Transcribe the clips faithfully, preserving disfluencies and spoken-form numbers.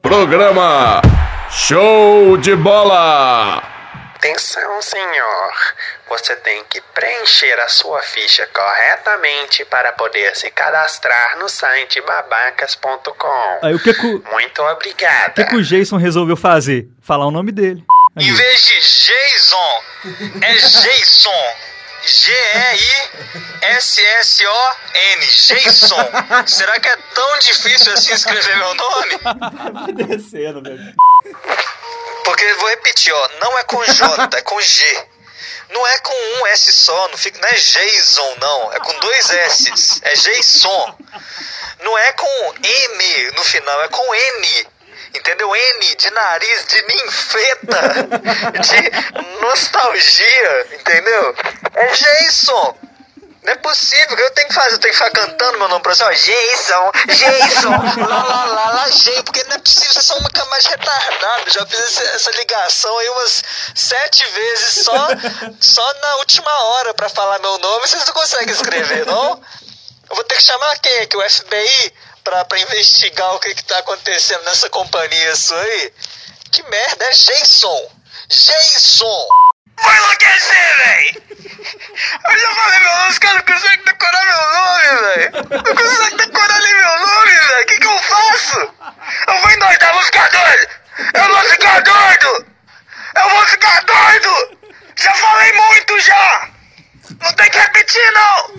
Programa Show de Bola. Atenção, senhor. Você tem que preencher a sua ficha corretamente para poder se cadastrar no site babacas ponto com. Aí o que que o... Muito obrigada. O que que o Jason resolveu fazer? Falar o nome dele. Em vez de Jason, é Jason. G E I S S O N. Jason. Será que é tão difícil assim escrever meu nome? Vai descendo, velho. Porque, vou repetir, ó, não é com J, é com G. Não é com um S só, não, fica, não é Jason, não. É com dois S's. É Jason. Não é com M no final, é com N. Entendeu? N de nariz, de ninfeta, de nostalgia, entendeu? É Jason. Não é possível, que eu tenho que fazer, eu tenho que ficar cantando meu nome pra você, ó, Jason, Jason, lá, lá, lá, lá, Jason, porque não é possível, vocês são uma camada retardada, já fiz essa, essa ligação aí umas sete vezes só, só na última hora pra falar meu nome, vocês não conseguem escrever, não? Eu vou ter que chamar quem aqui, o F B I, pra, pra investigar o que que tá acontecendo nessa companhia sua aí? Que merda, é Jason, Jason! Vai enlouquecer, véi! Eu já falei meu nome, os caras não conseguem decorar meu nome, véi! Não conseguem decorar nem meu nome, véi! O que que eu faço? Eu vou endoidar, eu vou ficar doido! Eu vou ficar doido! Eu vou ficar doido! Já falei muito, já! Não tem que repetir, não!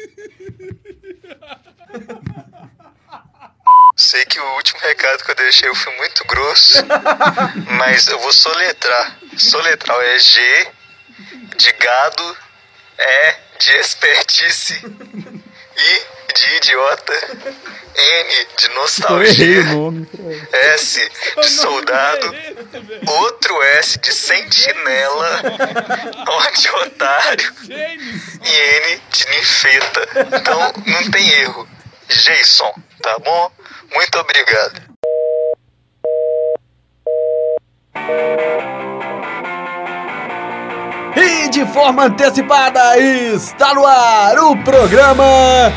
Sei que o último recado que eu deixei eu fui muito grosso, mas eu vou soletrar. Soletrar é G de gado, E de expertise, I de idiota, N de nostalgia, S de soldado, outro S de sentinela, O de otário e N de ninfeta. Então não tem erro. Jason, tá bom? Muito obrigado. E de forma antecipada está no ar o programa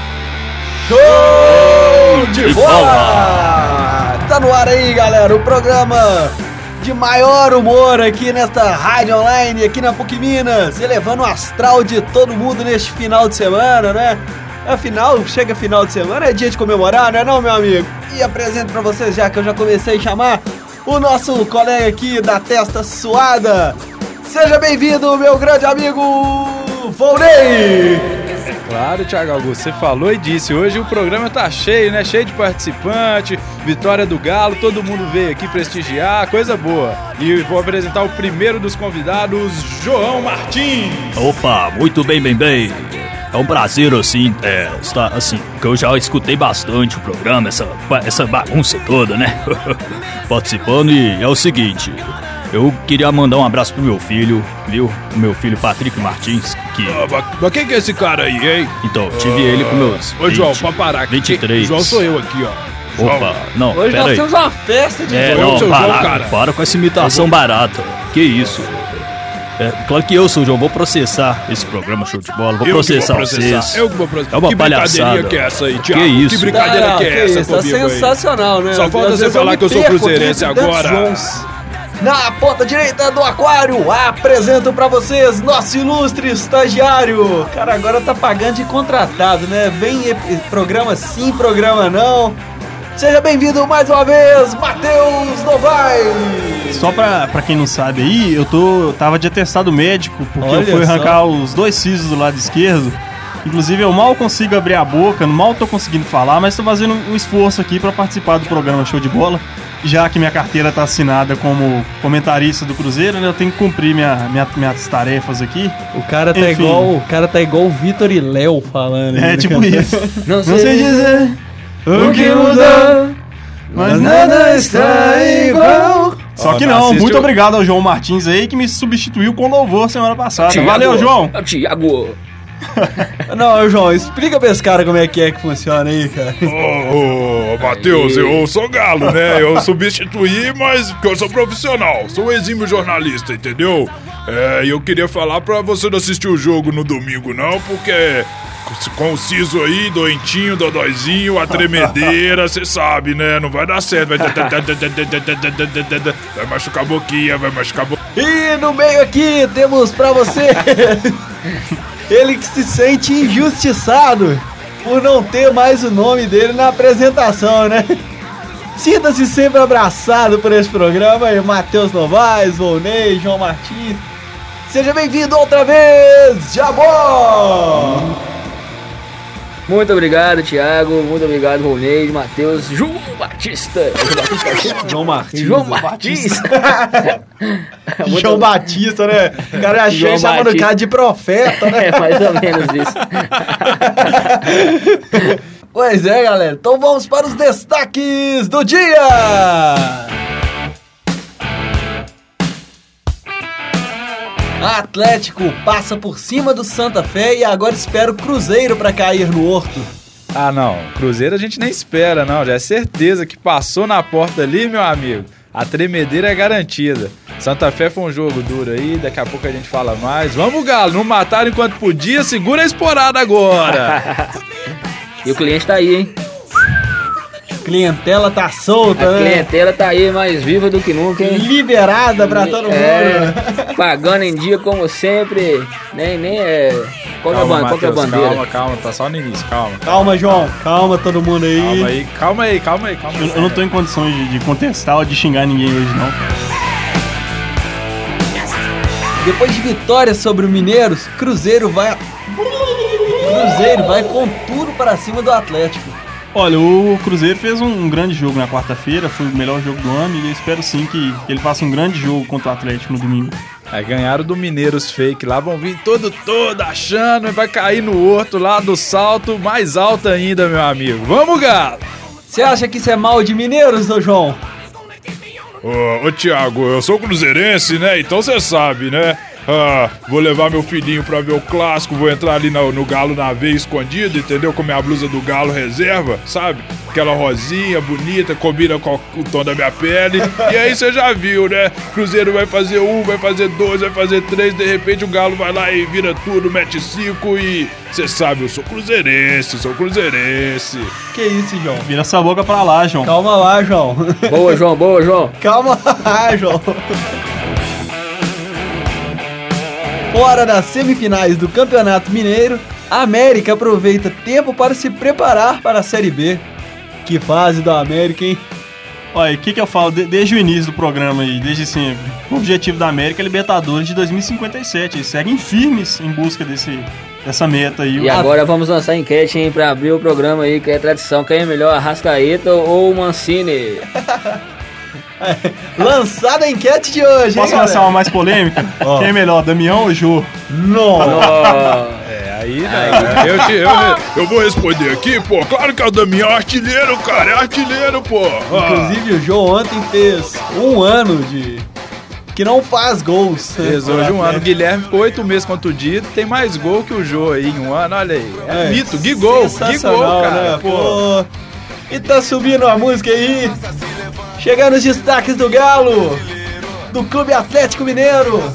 Show de Bola! Tá no ar aí, galera, o programa de maior humor aqui nesta rádio online, aqui na PUC Minas, elevando o astral de todo mundo neste final de semana, né? Afinal, chega final de semana, é dia de comemorar, não é não, meu amigo? E apresento pra vocês, já que eu já comecei a chamar, o nosso colega aqui da testa suada. Seja bem-vindo, meu grande amigo Volney! Claro, Thiago Augusto, você falou e disse, hoje o programa tá cheio, né? Cheio de participante, vitória do Galo, todo mundo veio aqui prestigiar, coisa boa. E vou apresentar o primeiro dos convidados, João Martins. Opa, muito bem, bem, bem. É um prazer, assim, é, estar, assim, que eu já escutei bastante o programa, essa, essa bagunça toda, né? Participando, e é o seguinte, eu queria mandar um abraço pro meu filho, viu? O meu filho Patrick Martins, que... Ah, mas, mas quem que é esse cara aí, hein? Então, tive uh... ele com meus Ô, João, pra parar aqui. vinte e três. João sou eu aqui, ó. Opa, João. não, hoje pera nós aí. temos uma festa de É, João, não, seu para, João, cara. para com essa imitação barata. Que isso? É, claro que eu sou o João, vou processar esse programa Show de Bola, vou eu processar, vou processar vocês. Eu que vou processar. É uma que palhaçada. brincadeirinha que é essa aí, Thiago? Que isso? Que brincadeira Ah, que é que essa isso, tá comigo aí? sensacional, né? Só falta Às você vezes eu falar me que eu sou perco cruzeirense aqui dentro agora. dos Joãos. Na ponta direita do aquário, apresento pra vocês nosso ilustre estagiário. Cara, agora tá pagando de contratado, né? Vem ep- programa sim, programa não. Seja bem-vindo mais uma vez, Matheus Novaes. Só pra, pra quem não sabe aí, eu tô, tava de atestado médico, porque Olha eu fui só. arrancar os dois sisos do lado esquerdo. Inclusive eu mal consigo abrir a boca, mal tô conseguindo falar, mas tô fazendo um esforço aqui pra participar do programa Show de Bola. Já que minha carteira tá assinada como comentarista do Cruzeiro, né, eu tenho que cumprir minha, minha, minhas tarefas aqui. O cara tá Enfim. igual, o cara tá igual o Vitor e Léo falando. É, né, tipo cara? isso. Não Não sei, sei dizer o que mudou, mas nada está igual. Só Ó, que não não, assiste muito o- obrigado ao João Martins aí, que me substituiu com louvor semana passada. Thiago, Valeu, João! Thiago. Não, João, explica pra esse cara como é que é que funciona aí, cara. Ô, ô, Matheus, eu sou galo, né? Eu substituí, mas porque eu sou profissional. Sou um exímio jornalista, entendeu? É, e eu queria falar pra você não assistir o jogo no domingo, não, porque com o siso aí, doentinho, dodóizinho, a tremedeira, você sabe, né? Não vai dar certo. Vai, vai machucar a boquinha, vai machucar a boquinha. E no meio aqui temos pra você ele que se sente injustiçado por não ter mais o nome dele na apresentação, né? Sinta-se sempre abraçado por esse programa aí, Matheus Novaes, Volney, João Martins. Seja bem-vindo outra vez, Jabó! Muito obrigado, Thiago. Muito obrigado, Volney, Matheus, João Batista. João Martins. João Batista. Muito... João Batista, né? O cara achei chamando o cara de profeta, né? É, mais ou menos isso. Pois é, galera. Então vamos para os destaques do dia! Atlético passa por cima do Santa Fé e agora espera o Cruzeiro para cair no Horto. Ah, não. Cruzeiro a gente nem espera, não. Já é certeza que passou na porta ali, meu amigo. A tremedeira é garantida. Santa Fé foi um jogo duro aí, daqui a pouco a gente fala mais. Vamos, Galo, não mataram enquanto podia, segura a esporada agora. E o cliente tá aí, hein? Clientela tá solta, a né? A clientela tá aí mais viva do que nunca, hein? Liberada pra todo mundo. É, pagando em dia como sempre. Nem, nem é... Qual, calma, é, a, qual é a bandeira? Calma, calma, tá só no início, calma. Calma, João, calma todo mundo aí. Calma aí, calma aí, calma aí. Calma aí. Eu, eu não tô em condições de, de contestar ou de xingar ninguém hoje, não. Depois de vitória sobre o Mineiros, Cruzeiro vai... Cruzeiro vai com tudo para cima do Atlético. Olha, o Cruzeiro fez um, um grande jogo na quarta-feira, foi o melhor jogo do ano e eu espero sim que ele faça um grande jogo contra o Atlético no domingo. Aí ganharam do Mineiros fake lá, vão vir todo todo achando, vai cair no Horto lá do salto, mais alto ainda, meu amigo. Vamos, Galo! Você acha que isso é mal de Mineiros, ô João? Ô, ô Thiago, eu sou cruzeirense, né? Então você sabe, né? Ah, vou levar meu filhinho pra ver o clássico, vou entrar ali no, no Galo na veia escondido, entendeu? Com minha blusa do Galo reserva, sabe? Aquela rosinha bonita, combina com o tom da minha pele. E aí você já viu, né? Cruzeiro vai fazer um, vai fazer dois, vai fazer três, de repente o Galo vai lá e vira tudo, mete cinco e... Você sabe, eu sou cruzeirense, sou cruzeirense. Que isso, João? Vira essa boca pra lá, João. Calma lá, João. Boa, João, boa, João. Calma lá, João. Fora das semifinais do Campeonato Mineiro, a América aproveita tempo para se preparar para a Série B. Que fase do América, hein? Olha, o que que eu falo de, desde o início do programa aí, desde sempre? O objetivo da América é Libertadores de dois mil e cinquenta e sete. Eles seguem firmes em busca desse, dessa meta aí. E agora vamos lançar a enquete, hein, pra abrir o programa aí, que é tradição. Quem é melhor, Arrascaeta ou o Mancini? É, lançada a enquete de hoje, Posso hein, lançar uma mais polêmica? Oh. Quem é melhor, Damião ou Jô? Não. É, aí, né? Eu, te, eu, eu vou responder aqui, pô. Claro que é o Damião, artilheiro, cara. É artilheiro, pô. Ah. Inclusive, o Jô ontem fez um ano de... que não faz gols. Fez hoje um ano. O Guilherme ficou oito meses contundido, tem mais gol que o Jô aí em um ano. Olha aí. É, é mito. Gigol. Gigol, cara. Né? Pô. Pô. E tá subindo a música aí. Chegando os destaques do Galo, do Clube Atlético Mineiro.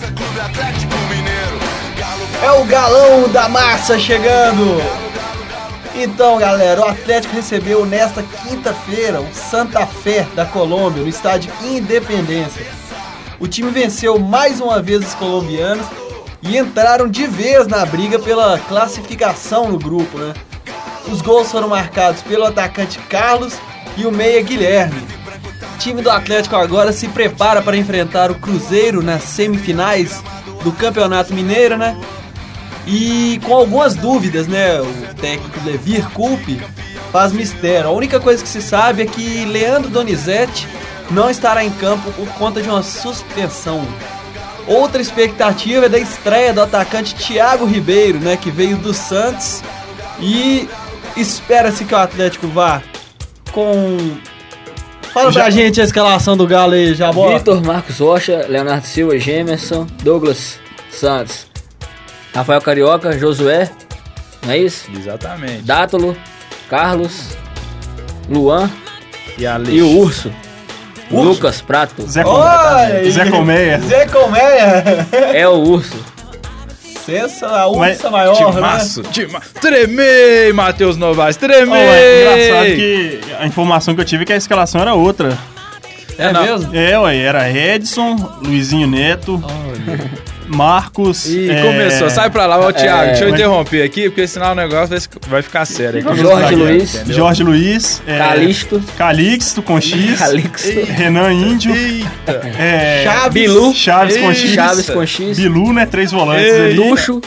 É o galão da massa chegando. Então, galera, o Atlético recebeu nesta quinta-feira o Santa Fé da Colômbia, no estádio Independência. O time venceu mais uma vez os colombianos e entraram de vez na briga pela classificação no grupo, né? Os gols foram marcados pelo atacante Carlos e o meia Guilherme. O time do Atlético agora se prepara para enfrentar o Cruzeiro nas semifinais do Campeonato Mineiro, né? E com algumas dúvidas, né? O técnico Levir Coupe faz mistério. A única coisa que se sabe é que Leandro Donizete não estará em campo por conta de uma suspensão. Outra expectativa é da estreia do atacante Thiago Ribeiro, né? Que veio do Santos. E espera-se que o Atlético vá com... Fala pra Já... gente a escalação do Galo aí, Jabó. Vitor, Marcos Rocha, Leonardo Silva, Gemerson, Douglas Santos, Rafael Carioca, Josué, não é isso? Exatamente. Dátolo, Carlos, Luan e, e o Urso. Urso. Lucas Prato. Zé Colmeia. Zé Colmeia. Zé Colmeia. É o Urso. essa é a ursa Mas- maior, Timaço, né? tima... Tremei, Matheus Novaes, Oh, tremei! é engraçado que a informação que eu tive é que a escalação era outra. É não. mesmo? É, ué, era Edson, Luizinho Neto, Marcos. Ih, é, começou. Sai pra lá, ô Thiago, É, deixa eu mas- interromper aqui, porque senão o negócio vai, vai ficar sério aqui. Jorge Luiz. Entendeu? Jorge Luiz. é, Calixto. Calixto com X. Calixto. Renan Índio. é, Chaves. Bilu. Chaves com Ei, X. Chaves com X. Bilu, né? Três volantes Ei, ali. Ducho.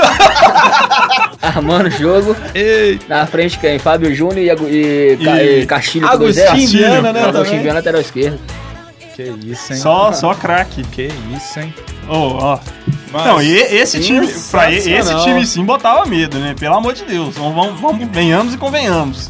Armando o jogo. Ei, Na frente quem? Fábio Júnior e, Agu- e, Ca- E e Castilho com dois S. Agostinho Viana, né? Agostinho Também. Viana, lateral esquerdo. que isso, hein? Só, só craque. Que isso, hein? Oh, ó. Mas- Então, e esse time, pra e- esse Sensacional. time sim botava medo, né? Pelo amor de Deus. Vamos, vamos, vamos venhamos e convenhamos.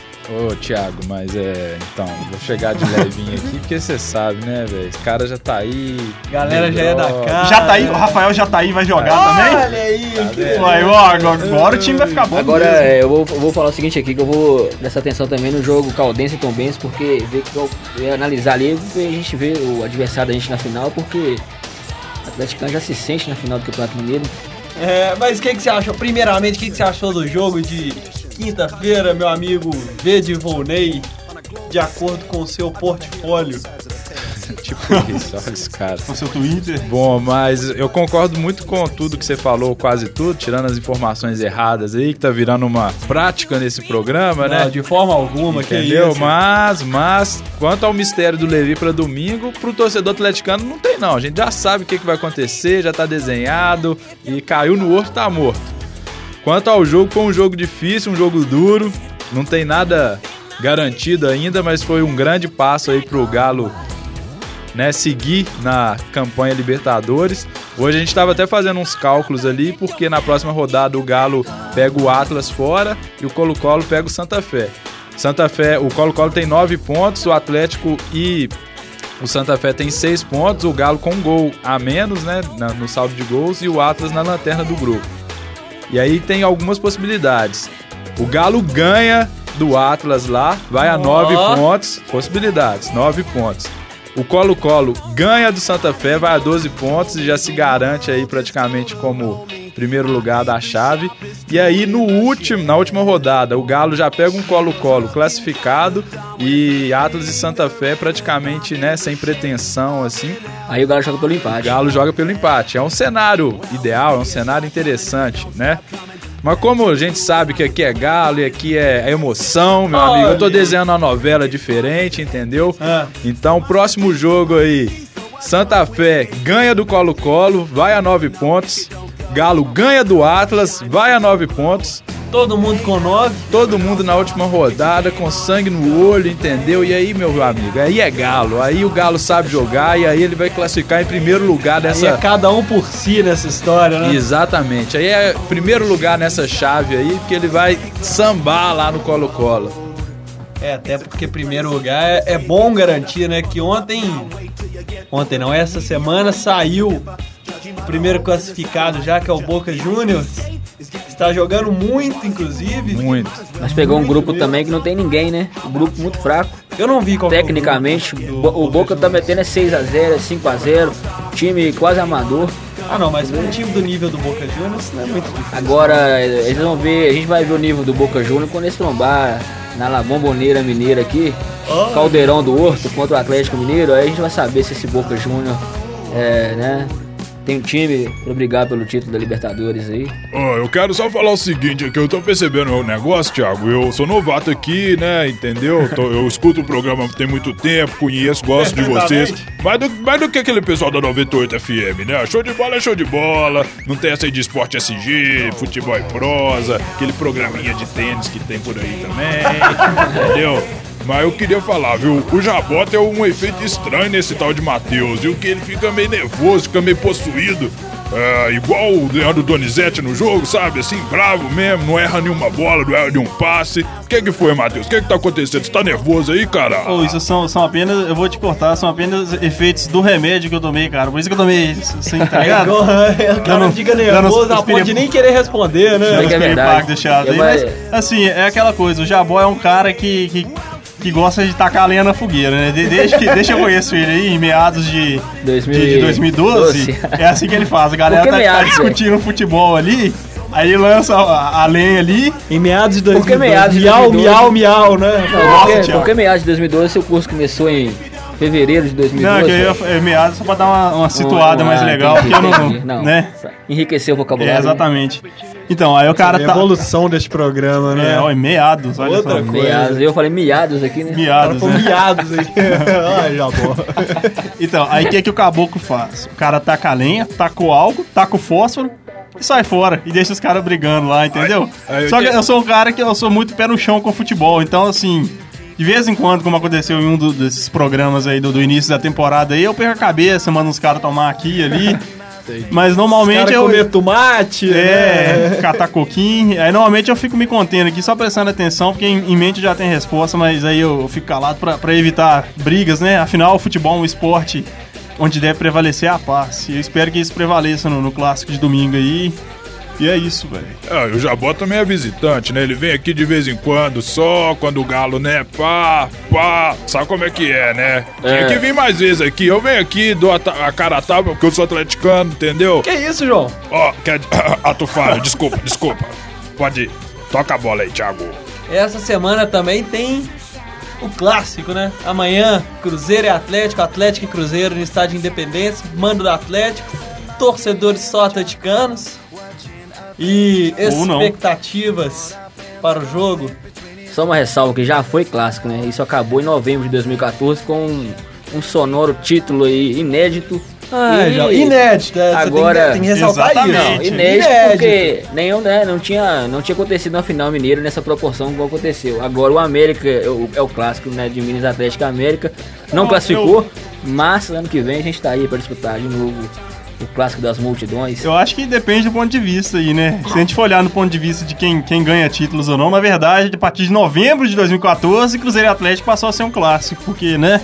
Ô, Thiago, mas é. Então, vou chegar de levinho aqui, porque você sabe, né, velho? Esse cara já tá aí. Galera já é da Droga. casa. Já tá aí, o Rafael já tá aí, vai jogar também? Olha aí, que vendo? Uai, ó, agora, agora o time vai ficar bom Agora mesmo. é, eu vou, eu vou falar o seguinte aqui, que eu vou prestar atenção também no jogo Caldense e Tombense, porque ver que eu, eu analisar ali, a gente vê o adversário da gente na final, porque o Atlético já se sente na final do Campeonato Mineiro. É, mas o que, que você achou? Primeiramente, o que, que você achou do jogo de quinta-feira, meu amigo V de Volney, de acordo com o seu portfólio? Tipo isso, olha esse cara. Com seu Twitter. Bom, mas eu concordo muito com tudo que você falou, quase tudo, tirando as informações erradas aí, que tá virando uma prática nesse programa, né? Não, de forma alguma, que Entendeu? isso. Mas, mas, quanto ao mistério do Levi pra domingo, pro torcedor atleticano não tem não. A gente já sabe o que, que vai acontecer, já tá desenhado e caiu no horto, tá morto. Quanto ao jogo, foi um jogo difícil, um jogo duro, não tem nada garantido ainda, mas foi um grande passo aí pro Galo, né, seguir na campanha Libertadores. Hoje a gente estava até fazendo uns cálculos ali, porque na próxima rodada o Galo pega o Atlas fora e o Colo-Colo pega o Santa Fé. Santa Fé, o Colo-Colo tem nove pontos, o Atlético e o Santa Fé tem seis pontos, o Galo com um gol a menos, né, na- no saldo de gols, e o Atlas na lanterna do grupo. E aí tem algumas possibilidades. O Galo ganha do Atlas lá, vai a nove Ó. pontos, possibilidades, nove pontos. O Colo-Colo ganha do Santa Fé, vai a doze pontos e já se garante aí praticamente como primeiro lugar da chave. E aí no último, na última rodada, o Galo já pega um Colo-Colo classificado e Atlas e Santa Fé praticamente, né, sem pretensão assim. Aí o Galo joga pelo O empate. Galo joga pelo empate. É um cenário ideal, é um cenário interessante, né? Mas como a gente sabe que aqui é Galo e aqui é emoção, meu amigo, eu tô Olha. desenhando uma novela diferente, entendeu? Ah. Então, próximo jogo aí, Santa Fé ganha do Colo-Colo, vai a nove pontos. Galo ganha do Atlas, vai a nove pontos. Todo mundo com nove. Todo mundo na última rodada, com sangue no olho, entendeu? E aí, meu amigo, aí é Galo. Aí o Galo sabe jogar e aí ele vai classificar em primeiro lugar Aí dessa... é cada um por si nessa história, né? Exatamente. Aí é primeiro lugar nessa chave aí, porque ele vai sambar lá no Colo-Colo. É, até porque primeiro lugar é, é bom garantir, né? Que ontem. Ontem não, essa semana saiu o primeiro classificado já, que é o Boca Juniors. Está jogando muito, inclusive. Muito. Mas pegou um grupo também que não tem ninguém, né? Um grupo muito fraco. Eu não vi qual que é o Tecnicamente, grupo do Bo- o Boca tá Juniors. metendo é seis a zero, é cinco a zero. Time quase amador. Ah, não, mas um time do nível do Boca Juniors não é muito difícil. Agora, eles vão ver, a gente vai ver o nível do Boca Juniors quando eles trombar na La Bombonera Mineira aqui, Oh. Caldeirão do Horto contra o Atlético Mineiro. Aí a gente vai saber se esse Boca Juniors é, né, tem um time pra brigar pelo título da Libertadores aí. Ó, eu quero só falar o seguinte aqui, eu tô percebendo o negócio, Thiago. Eu sou novato aqui, né? Entendeu? Tô- eu escuto o programa tem muito tempo, conheço, gosto de vocês. Mais do, mais do que aquele pessoal da noventa e oito F M, né? Show de bola é show de bola. Não tem essa aí de esporte S G, futebol e prosa, aquele programinha de tênis que tem por aí também. Entendeu? Mas eu queria falar, viu? O Jabó tem um efeito estranho nesse tal de Matheus, viu? Que ele fica meio nervoso, fica meio possuído. É, igual o Leandro Donizete no jogo, sabe? Assim, bravo mesmo, não erra nenhuma bola, não erra nenhum passe. O que que foi, Matheus? O que que tá acontecendo? Você tá nervoso aí, cara? Ô, isso são, são apenas, eu vou te cortar, são apenas efeitos do remédio que eu tomei, cara. Por isso que eu tomei sem tá ligado? O cara Dando- fica dando nervoso os a ponto de piripaque. nem querer responder, né? Isso aí que é verdade. Deixado Eu aí, vai- mas, assim, é aquela coisa, o Jabó é um cara que, que que gosta de tacar a lenha na fogueira, né? De- Desde que desde que eu conheço ele aí, em meados de, dois mil de, de dois mil e doze, doze. é assim que ele faz. A galera Por que tá, tá meados, discutindo futebol ali, aí ele lança a, a lenha ali. Em meados de Por que dois mil e doze. meados de Miau, dois mil e doze? miau, miau, né? Não, Nossa, porque, Thiago. porque meados de dois mil e doze, seu curso começou em fevereiro de dois mil e doze. Não, que eu ia é, meados só pra dar uma, uma situada Um- mais ah, legal, entendi, porque eu não. entendi. Não, Né? pra enriquecer o vocabulário. É, exatamente. Então, aí o cara A tá. evolução deste programa, né? É, ó, em meados, olha Outra só. coisa. Meados. Eu falei miados aqui, né? Meados, Foram né? miados aqui. Ai, já bom. Então, aí o que, que o caboclo faz? O cara taca a lenha, taca o álcool, taca o fósforo e sai fora. E deixa os caras brigando lá, entendeu? Aí- aí Só eu que te- eu sou um cara que eu sou muito pé no chão com futebol. Então, assim, de vez em quando, como aconteceu em um do- desses programas aí do, do início da temporada aí, eu perco a cabeça, mando os caras tomar aqui e ali. Mas normalmente Cara eu. comer tomate, É, né? catar coquinho. Aí normalmente eu fico me contendo aqui, só prestando atenção, porque em, em mente já tem resposta, mas aí eu, eu fico calado pra, pra evitar brigas, né? Afinal, o futebol é um esporte onde deve prevalecer a paz. E eu espero que isso prevaleça no, no clássico de domingo aí. E é isso, velho. Ah, o Jabó também é visitante, né? Ele vem aqui de vez em quando, só quando o galo, né? Pá, pá. Sabe como é que é, né? Tinha É. que vir mais vezes aqui. Eu venho aqui, dou a, ta- a cara a tapa, porque eu sou atleticano, entendeu? Que isso, João? Ó, quer... Ato falho, desculpa, desculpa. Pode ir. Toca a bola aí, Thiago. Essa semana também tem o clássico, né? Amanhã, Cruzeiro e Atlético, Atlético e Cruzeiro no Estádio Independência, mando do Atlético, torcedores só atleticanos e Ou não. expectativas para o jogo. Só uma ressalva que já foi clássico, né? Isso acabou em novembro de dois mil e quatorze com um, um sonoro título aí inédito. Ah, E já, inédito, né? Você agora- tem que, tem que ressaltar Exatamente. isso. Não, inédito, porque nenhum, né, não, tinha, não tinha acontecido na final mineira nessa proporção como aconteceu. Agora o América é o, é o clássico, né, de Minas Atlético América. Não Ah, classificou, mas ano que vem a gente tá aí para disputar de novo o clássico das multidões. Eu acho que depende do ponto de vista aí, né? Se a gente for olhar no ponto de vista de quem, quem ganha títulos ou não, na verdade, a partir de novembro de dois mil e quatorze, Cruzeiro e Atlético passou a ser um clássico, porque, né?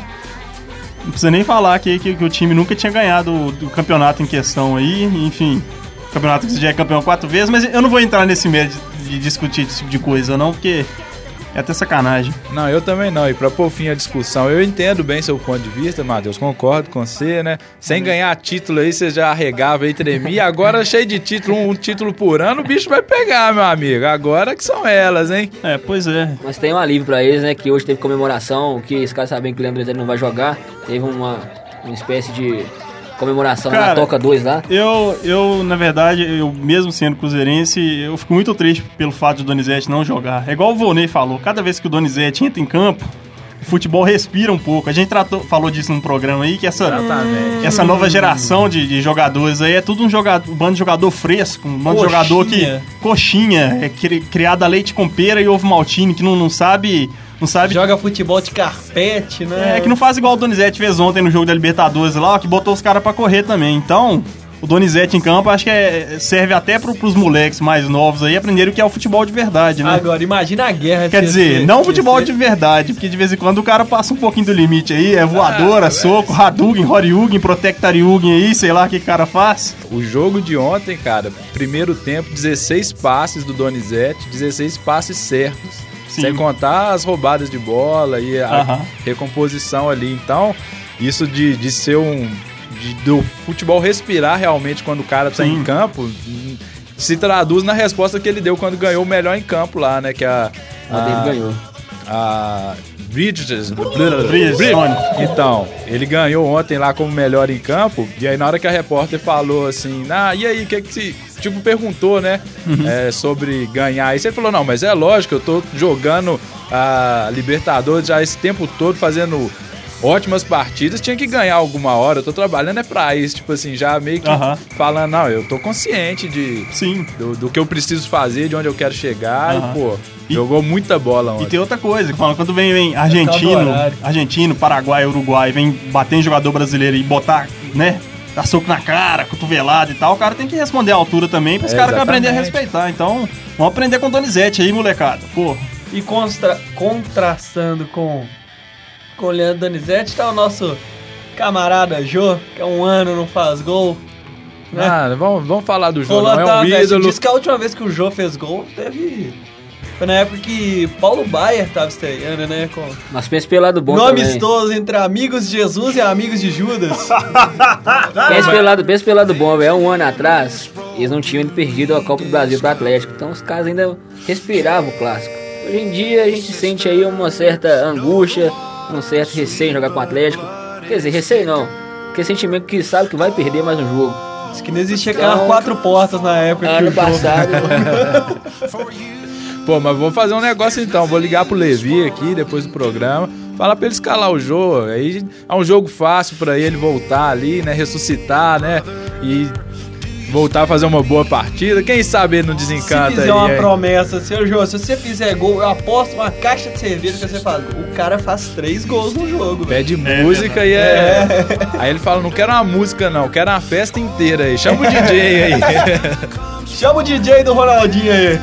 Não precisa nem falar que, que, que o time nunca tinha ganhado o, o campeonato em questão aí, enfim. Campeonato que você já é campeão quatro vezes, mas eu não vou entrar nesse mérito de, de discutir esse tipo de coisa, não, porque é até sacanagem. Não, eu também não. E pra pôr fim à discussão, eu entendo bem seu ponto de vista, Matheus. Concordo com você, né? Sem ganhar título aí, você já arregava e tremia. Agora, cheio de título, um, um título por ano, o bicho vai pegar, meu amigo. Agora que são elas, hein? É, pois é. Mas tem um alívio pra eles, né? Que hoje teve comemoração, que os caras sabem que o Leandro Rezende não vai jogar. Teve uma, uma espécie de comemoração Cara, na Toca dois lá. Eu, eu, na verdade, eu mesmo sendo cruzeirense, eu fico muito triste pelo fato de o Donizete não jogar. É igual o Volney falou, cada vez que o Donizete entra em campo, o futebol respira um pouco. A gente tratou, falou disso num programa aí, que essa, essa nova geração de, de jogadores aí é tudo um, jogador, um bando de jogador fresco, um bando de Coxinha. jogador que... Coxinha, é cri, criado a leite com pera e ovo maltine, que não, não sabe... Não sabe Joga futebol de carpete, né? É, que não faz igual o Donizete fez ontem no jogo da Libertadores lá, ó, que botou os caras pra correr também. Então, o Donizete em campo acho que é, serve até pro, pros moleques mais novos aí aprenderem o que é o futebol de verdade, né? Agora, imagina a guerra. Quer se dizer, esse- não se futebol esse- de verdade, porque de vez em quando o cara passa um pouquinho do limite aí, é voadora, Ah, soco, Hadouken, Horyugen, Protectariugen aí, sei lá o que o cara faz. O jogo de ontem, cara, primeiro tempo, dezesseis passes do Donizete, dezesseis passes certos. Sim. Sem contar as roubadas de bola e a Aham. recomposição ali. Então, isso de, de ser um... De, do futebol respirar realmente quando o cara tá Sim. em campo, hum, se traduz na resposta que ele deu quando ganhou o melhor em campo lá, né? Que a... A dele ganhou. A Bridges. Bridgestone. Então, ele ganhou ontem lá como melhor em campo. E aí, na hora que a repórter falou assim, ah, e aí, o que que se. Tipo, perguntou, né? é, sobre ganhar. Aí você falou, não, mas é lógico, eu tô jogando a Libertadores já esse tempo todo, fazendo ótimas partidas, tinha que ganhar alguma hora. Eu tô trabalhando é pra isso. Tipo assim, já meio que Aham. falando, não, eu tô consciente de. Sim. Do, do que eu preciso fazer, de onde eu quero chegar. Aham. E, pô, E- jogou muita bola E ontem. tem outra coisa, que fala, quando vem, vem causa do argentino, horário. argentino, Paraguai, Uruguai, vem bater em jogador brasileiro e botar, né, dar soco na cara, cotovelado e tal, o cara tem que responder à altura também, para os É, caras aprender a exatamente. respeitar. Então, vamos aprender com o Donizete aí, molecada. Pô, E constra- contrastando com, com o Leandro Donizete, tá o nosso camarada Jô, que há um ano não faz gol. Né? Ah, vamos, vamos falar do jogo. Rolou Não é até um uma vez, ídolo. diz que a última vez que o Jô fez gol teve Foi na época que Paulo Baier tava estreando, né? Com Mas pensa pelo lado bom nomes também. todos entre amigos de Jesus e amigos de Judas. Pensa pelo lado, pensa pelo lado bom, velho. Um ano atrás, eles não tinham ainda perdido a Copa do Brasil pro Atlético. Então os caras ainda respiravam o clássico. Hoje em dia a gente sente aí uma certa angústia, um certo receio em jogar com o Atlético. Quer dizer, receio não. Aquele sentimento que sabe que vai perder mais um jogo. Diz que não existia aquelas quatro portas na época. que Ano o jogo- passado. Pô, mas vou fazer um negócio então. Vou ligar pro Levi aqui depois do programa. Falar pra ele escalar o jogo. Aí é um jogo fácil pra ele voltar ali, né? Ressuscitar, né? E voltar a fazer uma boa partida. Quem sabe ele não desencanta Se fizer aí. uma hein? promessa, seu Jô, se você fizer gol, eu aposto uma caixa de cerveja que você faz. O cara faz três gols no jogo. velho. Pede música e é... Aí ele fala, não quero uma música não, quero uma festa inteira aí. Chama o D J aí. Chama o D J do Ronaldinho aí.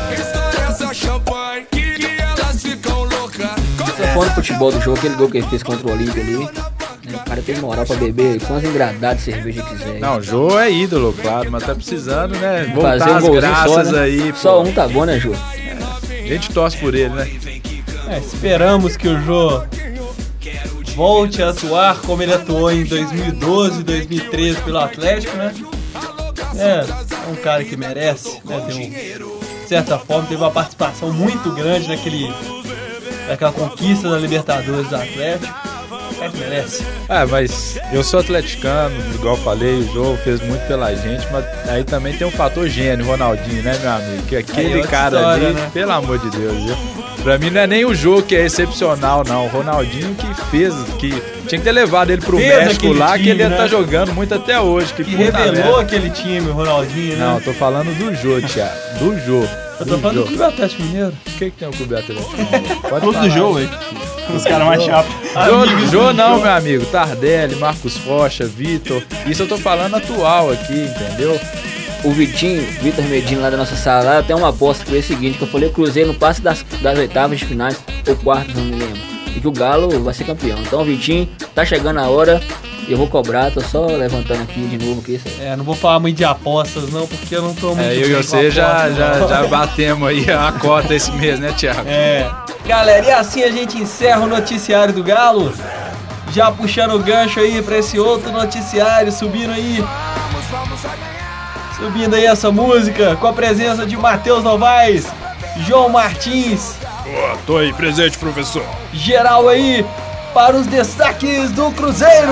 Se for no futebol do jogo, aquele gol que ele fez contra o Olímpia ali, né, o cara tem moral pra beber quantas engradadas de cerveja quiser. Não, o Jô é ídolo, claro, mas tá precisando, né? Voltar Fazer um as golzinho graças só, né? aí. Só pô. um tá bom, né, Jô? A gente torce por ele, né? É, esperamos que o Jô volte a atuar como ele atuou em dois mil e doze, dois mil e treze pelo Atlético, né? É, é um cara que merece, né? Tem um, de certa forma, teve uma participação muito grande naquele, naquela conquista da Libertadores do Atlético. É que merece. É, mas eu sou atleticano, igual eu falei, o Jô fez muito pela gente, mas aí também tem um fator gênio, Ronaldinho, né, meu amigo? Que aquele outra cara história, ali, né? pelo amor de Deus, viu? Pra mim não é nem o Jô que é excepcional, não. O Ronaldinho que fez, que tinha que ter levado ele pro Fez México aquele lá, time, que ele né? tá jogando muito até hoje. Que, Que puta revelou merda. aquele time, o Ronaldinho, né? Não, eu tô falando do Jô, Thiago. Do Jô. Eu tô Do falando do Jô. Clube Atlético Mineiro. O que que tem o Clube Atlético? Pode Todo falar. do jogo, velho. Os caras mais chatos. Jô, Jô não, meu amigo. Tardelli, Marcos Rocha, Vitor. Isso eu tô falando atual aqui, entendeu? O Vitinho, Vitor Medina lá da nossa sala, lá, tem uma aposta que foi o seguinte, que eu falei, o Cruzeiro não passa das, das oitavas de finais, ou quartas, não me lembro. E que o Galo vai ser campeão. Então, Vitinho, tá chegando a hora, eu vou cobrar, tô só levantando aqui de novo aqui. É, não vou falar muito de apostas não, porque eu não tô muito É, eu bem e com você já, apostas, já, não. já batemos aí a cota esse mês, né, Thiago? É. Galera, e assim a gente encerra o noticiário do Galo. Já puxando o gancho aí pra esse outro noticiário, subindo aí. Subindo aí essa música, com a presença de Matheus Novaes, João Martins, Ó, tô aí, presente, professor. geral aí, para os destaques do Cruzeiro.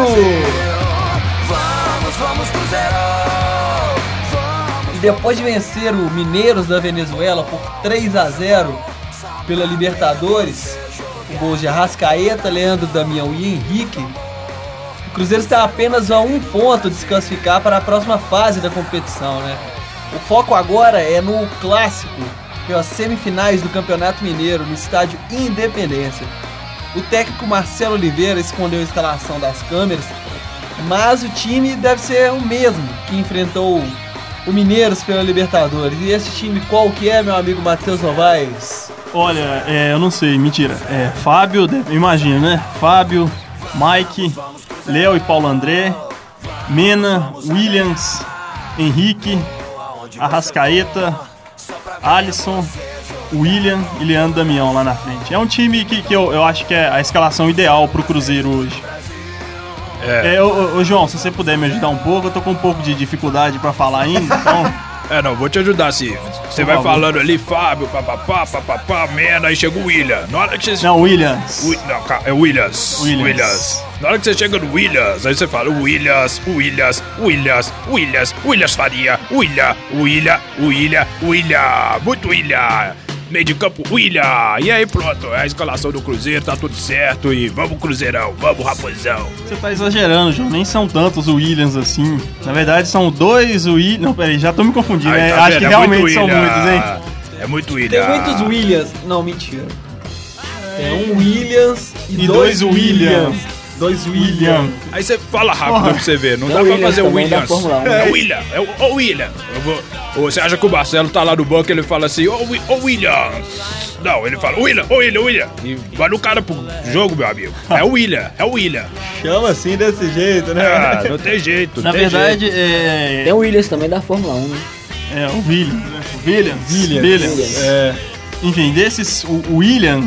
E depois de vencer o Mineiros da Venezuela por três a zero pela Libertadores, com gols de Arrascaeta, Leandro Damião e Henrique, o Cruzeiro está apenas a um ponto de se classificar para a próxima fase da competição, né? O foco agora é no clássico, pelas semifinais do Campeonato Mineiro, no estádio Independência. O técnico Marcelo Oliveira escondeu a instalação das câmeras, mas o time deve ser o mesmo que enfrentou o Mineiros pela Libertadores. E esse time qual que é, meu amigo Matheus Novaes? Olha, é, eu não sei, mentira. É Fábio, de- imagino, né? Fábio, Mike, Léo e Paulo André, Mena, Williams, Henrique, Arrascaeta, Alisson, William e Leandro Damião lá na frente. É um time que, que eu, eu acho que é a escalação ideal pro Cruzeiro hoje. É. É, ô, ô, ô, João, se você puder me ajudar um pouco, eu tô com um pouco de dificuldade pra falar ainda, então... É, não, vou te ajudar, sim. Você Por vai favor. falando ali, Fábio, papapá, papapá, Mena, aí chega o William. Na hora que você... Não, Williams. Wi- Não, ca- é Williams. Williams. Williams. Na hora que você chega no Williams, aí você fala Williams, Williams, Williams, Williams, Williams Faria, William, William, William, William, muito William. Meio de campo, William. E aí pronto, é a escalação do Cruzeiro, tá tudo certo. E vamos Cruzeirão, vamos Raposão. Você tá exagerando, João. Nem são tantos Williams assim. Na verdade, são dois Williams. Não, peraí, já tô me confundindo. Aí, né? tá Acho vendo? que É realmente muito são William. muitos, hein? É muito William. Tem muitos Williams. Não, mentira. É um Williams e, E dois, dois Williams. Williams. Dois William. Williams. Aí você fala rápido Porra. pra você ver, não É dá o pra Williams fazer o também da Williams. Fórmula um, É né? o William, é o, o William. Eu vou, ou você acha que o Marcelo tá lá no banco e ele fala assim, ô Wi- ô Williams. Não, ele fala, William, ô William, William. E vai no cara pro jogo, meu amigo. É o William, é o William. Chama assim desse jeito, né? Ah, não tem jeito, Na não tem verdade, jeito. é. Tem o Williams também da Fórmula um, né? É o Williams. né? O Williams. Williams. Williams. É. enfim, desses, o, o William,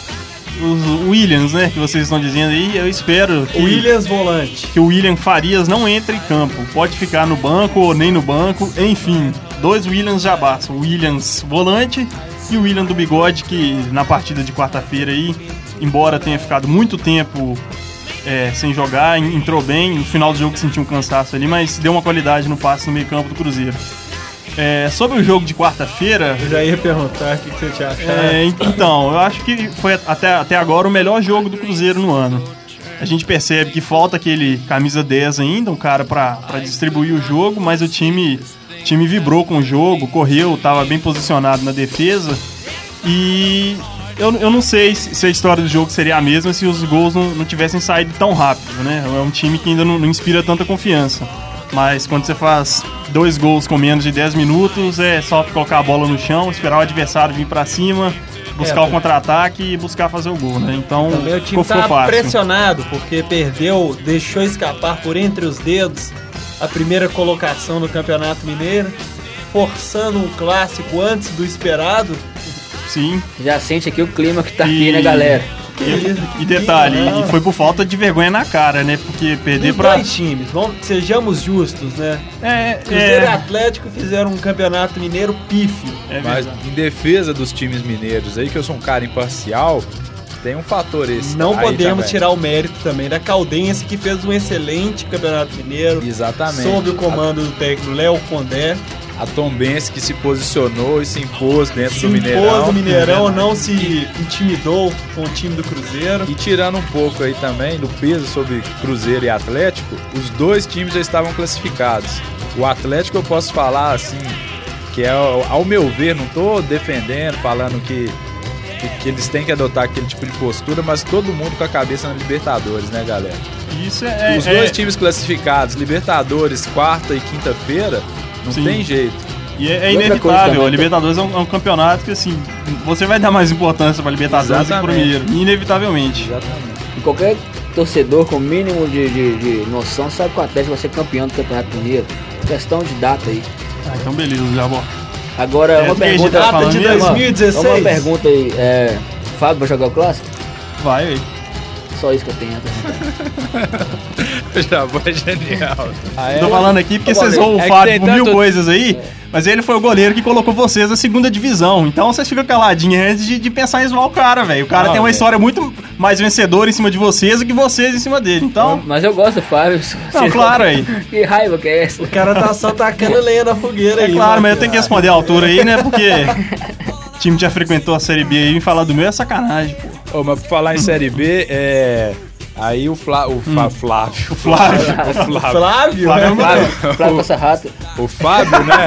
os Williams, né, que vocês estão dizendo aí, eu espero que... Williams volante. Que o William Farias não entre em campo. Pode ficar no banco ou nem no banco, enfim. Dois Williams já bastam. O Williams volante e o William do Bigode, que na partida de quarta-feira aí, embora tenha ficado muito tempo é, sem jogar, entrou bem. No final do jogo sentiu um cansaço ali, mas deu uma qualidade no passe no meio campo do Cruzeiro. É, sobre o jogo de quarta-feira... Eu já ia perguntar o que, que você tinha achado. É, então, eu acho que foi até, até agora o melhor jogo do Cruzeiro no ano. A gente percebe que falta aquele camisa dez ainda, um cara pra, pra distribuir o jogo, mas o time, o time vibrou com o jogo, correu, estava bem posicionado na defesa. E eu, eu não sei se a história do jogo seria a mesma se os gols não, não tivessem saído tão rápido, né? É um time que ainda não, não inspira tanta confiança. Mas quando você faz dois gols com menos de dez minutos, é só colocar a bola no chão, esperar o adversário vir pra cima, buscar é, o contra-ataque e buscar fazer o gol, né? Então, também o time ficou tá fácil. Pressionado, porque perdeu, deixou escapar por entre os dedos a primeira colocação no Campeonato Mineiro, forçando um clássico antes do esperado. Sim. Já sente aqui o clima que tá e... aqui, né, galera? E, e detalhe, e foi por falta de vergonha na cara, né? Porque perder Os pra... dois times, vamos, sejamos justos, né? É, Cruzeiro é... e Atlético fizeram um campeonato mineiro pífio. É Mas em defesa dos times mineiros aí, que eu sou um cara imparcial, tem um fator esse. Não aí podemos também. tirar o mérito também da Caldense, que fez um excelente campeonato mineiro. Exatamente. Sob o comando do técnico Léo Condé. A Tombense que se posicionou e se impôs dentro se do Mineirão. Se impôs no Mineirão, não se intimidou com o time do Cruzeiro. E tirando um pouco aí também do peso sobre Cruzeiro e Atlético, os dois times já estavam classificados. O Atlético eu posso falar assim, que é, ao meu ver, não tô defendendo, falando que, que, que eles têm que adotar aquele tipo de postura, mas todo mundo com a cabeça na Libertadores, né, galera? Isso é... Os é... dois times classificados, Libertadores, quarta e quinta-feira, não Sim. tem jeito. E é, é inevitável, a Libertadores é um, é um campeonato que, assim, você vai dar mais importância pra Libertadores do que pro Mineiro, inevitavelmente. Exatamente. E qualquer torcedor com o mínimo de, de, de noção sabe que o Atlético vai ser campeão do Campeonato Mineiro. Questão de data aí. Ah, então beleza, já vou. Agora, é, uma pergunta... Data de dois mil e dezesseis. Uma pergunta aí, é... Fábio vai jogar o Clássico? Vai, aí. Só isso que eu tenho a perguntar. Já foi genial. Ah, é? Tô falando aqui porque vocês vão o é Fábio por tanto... mil coisas aí, é. Mas ele foi o goleiro que colocou vocês na segunda divisão. Então vocês ficam caladinhos antes de, de pensar em zoar o cara, velho. O cara não, tem uma véio. história muito mais vencedora em cima de vocês do que vocês em cima dele. Então... Mas eu gosto do Fábio. Não, claro aí. Que raiva que é essa? O cara tá só tacando lenha na fogueira é aí. É claro, mas eu tenho que responder a altura aí, né? Porque o time já frequentou a Série B aí e me falar do meu é sacanagem, pô. Ô, mas por falar em Série B, é... Aí o, Flá, o Fá, hum. Flávio. O Flávio. O Flávio. Flávio? Flávio, Flávio, Flávio passa rato. O Fábio, né?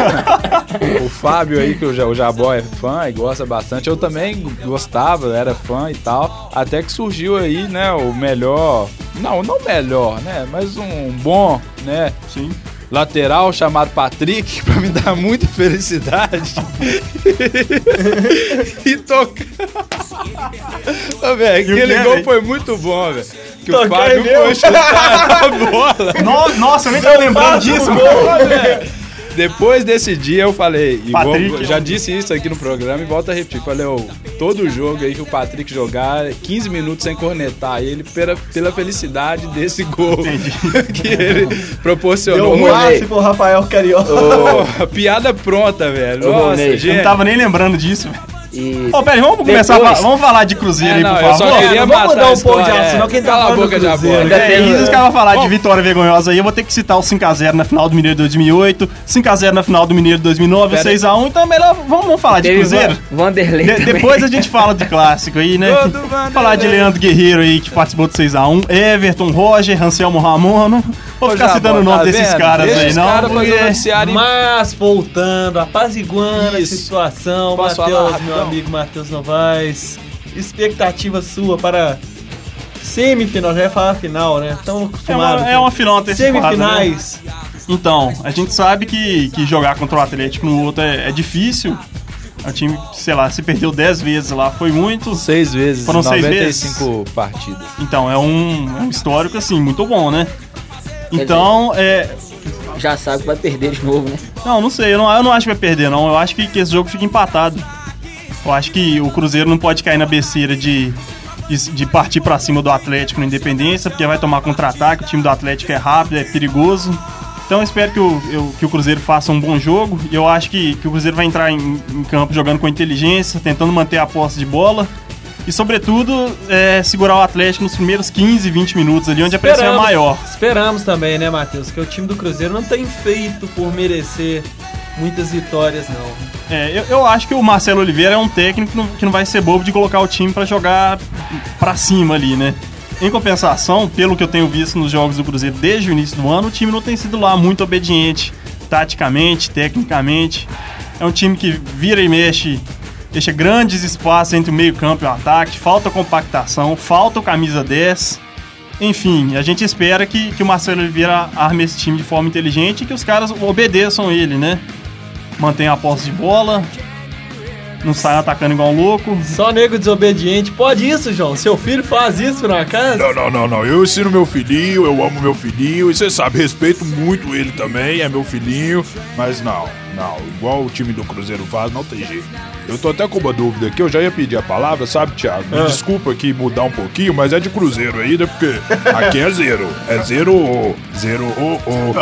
O Fábio aí, que o, o Jabó é fã e gosta bastante. Eu também gostava, era fã e tal. Até que surgiu aí, né, o melhor... Não, não melhor, né? Mas um bom, né? Sim. Lateral chamado Patrick, pra me dar muita felicidade. E tocar. Ô, velho, aquele que, gol véio? foi muito bom, velho. Que Tocar o Fábio foi chutar a bola. No, nossa, eu nem tava lembrando disso, velho. Depois desse dia eu falei, e Patrick, vou, já disse isso aqui no programa e volto a repetir. Falei, ó, todo jogo aí que o Patrick jogar, quinze minutos sem cornetar ele pela, pela felicidade desse gol que ele proporcionou. Deu um passe pro Rafael Carioca. Oh, piada pronta, velho. Ô, Nossa, Ronei, gente. Eu não tava nem lembrando disso, velho. E... Ô, peraí, vamos começar a falar, vamos falar de Cruzeiro É, aí, não, por eu favor. só queria Vamos matar mudar a um pouco de história, assunto, senão quem tá Cala a falando boca do de Cruzeiro. agora. É, isso que eu vou falar de vitória vergonhosa aí, eu vou ter que citar o cinco a zero na final do Mineiro de dois mil e oito, cinco a zero na final do Mineiro de dois mil e nove, Pera seis a um, então é melhor, vamos, vamos falar de Teve Cruzeiro? Van- Vanderlei De- também. depois a gente fala de clássico aí, né? Gol do Vanderlei. Falar de Leandro Guerreiro aí, que participou do seis a um, Everton, Roger, Anselmo Ramon, não vou Ô, ficar Jabó, citando o tá nome desses vendo? caras Deixa aí, os não. caras porque- fazer o noticiário. Mas voltando, apaziguando Isso. essa situação, Posso falar Matheus, rapidão? meu amigo Matheus Novaes, expectativa sua para semifinal, já ia falar final, né? Estamos É acostumados. uma, é uma final antecipada, né? Semifinais. Então, a gente sabe que, que jogar contra o Atlético no outro é, é difícil. O time, sei lá, se perdeu dez vezes lá, foi muito. Seis vezes, Foram seis noventa e cinco vezes? partidas. Então, é um, é um histórico, assim, muito bom, né? Então, é... Já sabe que vai perder de novo, né? Não, não sei, eu não, eu não acho que vai perder, não. Eu acho que, que esse jogo fica empatado. Eu acho que o Cruzeiro não pode cair na besteira de, de, de partir pra cima do Atlético na Independência, porque vai tomar contra-ataque, o time do Atlético é rápido, é perigoso. Então eu espero que o, eu, que o Cruzeiro faça um bom jogo, e eu acho que, que o Cruzeiro vai entrar em, em campo jogando com inteligência, tentando manter a posse de bola, e sobretudo é, segurar o Atlético nos primeiros quinze, vinte minutos ali, onde Esperamos, a pressão é maior. Esperamos também, né, Matheus, que o time do Cruzeiro não tem feito por merecer muitas vitórias, não. É, eu, eu acho que o Marcelo Oliveira é um técnico que não, que não vai ser bobo de colocar o time pra jogar pra cima ali, né? Em compensação, pelo que eu tenho visto nos jogos do Cruzeiro desde o início do ano, o time não tem sido lá muito obediente, taticamente, tecnicamente. É um time que vira e mexe, deixa grandes espaços entre o meio-campo e o ataque, falta compactação, falta o camisa dez. Enfim, a gente espera que, que o Marcelo Oliveira arme esse time de forma inteligente e que os caras obedeçam ele, né? Mantenha a posse de bola, não sai atacando igual um louco. Só nego desobediente. Pode isso, João? Seu filho faz isso por acaso? Não, não, não, não. Eu ensino meu filhinho, eu amo meu filhinho. E você sabe, respeito muito ele também, é meu filhinho. Mas não, não. Igual o time do Cruzeiro faz, não tem jeito. Eu tô até com uma dúvida aqui, eu já ia pedir a palavra, sabe, Thiago? Me Ah. desculpa aqui mudar um pouquinho, mas é de Cruzeiro ainda, porque aqui é zero. É zero, oh, zero, oh,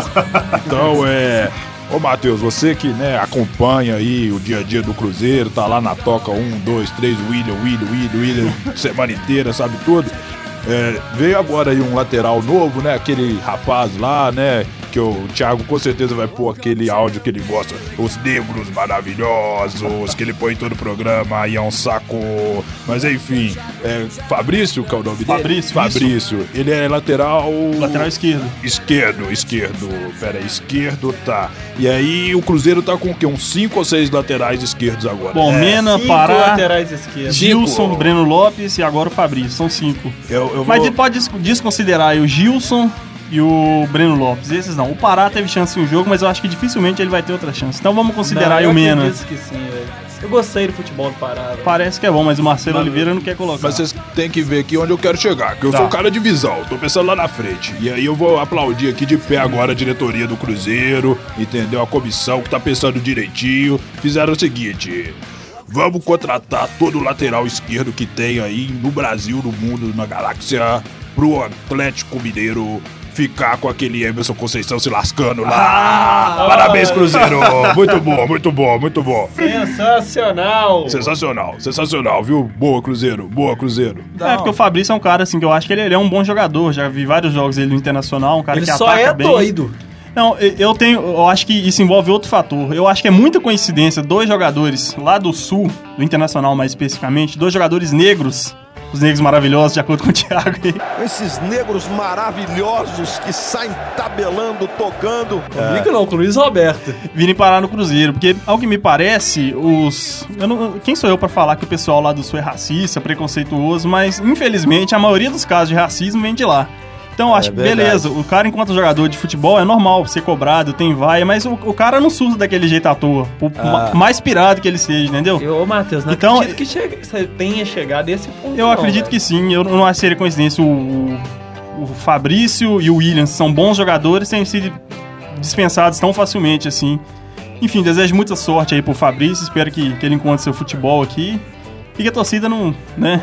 oh. Então, é... Ô, Matheus, você que, né, acompanha aí o dia a dia do Cruzeiro, tá lá na toca um, dois, três, William, William, William, William, semana inteira, sabe tudo. É, veio agora aí um lateral novo, né, aquele rapaz lá, né, que o Thiago com certeza vai pôr aquele áudio que ele gosta, os negros maravilhosos, que ele põe em todo o programa, aí é um saco. Mas enfim, é, Fabrício, que é o nome dele? Fabrício, Fabrício, ele é lateral... Lateral esquerdo. Esquerdo, esquerdo, pera aí, esquerdo, tá. E aí o Cruzeiro tá com o quê? Uns cinco ou seis laterais esquerdos agora. Bom, É, Mena, Cinco Pará, laterais esquerdos. Gilson, Cinco. Breno Lopes e agora o Fabrício, são cinco. eu, eu vou... Mas ele pode des- desconsiderar aí o Gilson e o Breno Lopes, esses não. O Pará teve chance em um jogo, mas eu acho que dificilmente ele vai ter outra chance. Então vamos considerar Não, aí eu o Mena. acredito que sim, velho. Eu gostei do futebol do Pará, velho. Parece que é bom, mas o Marcelo Oliveira não quer colocar. Mas vocês têm que ver aqui onde eu quero chegar, que eu Tá. sou um cara de visão, tô pensando lá na frente. E aí eu vou aplaudir aqui de pé agora a diretoria do Cruzeiro, entendeu? A comissão que tá pensando direitinho. Fizeram o seguinte: vamos contratar todo o lateral esquerdo que tem aí no Brasil, no mundo, na galáxia, pro Atlético Mineiro ficar com aquele Emerson Conceição se lascando lá. Ah! Parabéns, Cruzeiro! Muito bom, muito bom, muito bom. Sensacional! Sensacional, sensacional, viu? Boa, Cruzeiro, boa, Cruzeiro. É, porque o Fabrício é um cara assim que eu acho que ele, ele é um bom jogador. Já vi vários jogos dele no Internacional, um cara Ele que só ataca é bem. doido. Não, eu- eu tenho. Eu acho que isso envolve outro fator. Eu acho que é muita coincidência dois jogadores lá do sul, do Internacional mais especificamente, dois jogadores negros, os negros maravilhosos, de acordo com o Thiago aí. Esses negros maravilhosos que saem tabelando, tocando. Comigo não, com o Luiz Roberto. Virem parar no Cruzeiro, porque ao que me parece, os... eu não- quem sou eu pra falar que o pessoal lá do sul é racista, preconceituoso, mas infelizmente a maioria dos casos de racismo vem de lá. Então eu acho que beleza, o cara enquanto jogador de futebol é normal ser cobrado, tem vaia, mas o, o cara não surta daquele jeito à toa, por ma- mais pirado que ele seja, entendeu? Eu, ô, Matheus, não Então, acredito que chega, você tenha chegado a esse ponto. Eu não, acredito velho. que sim, eu não acho que seria coincidência. O, o, o Fabrício e o Williams são bons jogadores, têm sido dispensados tão facilmente assim. Enfim, desejo muita sorte aí pro Fabrício, espero que, que ele encontre seu futebol aqui e que a torcida não, né,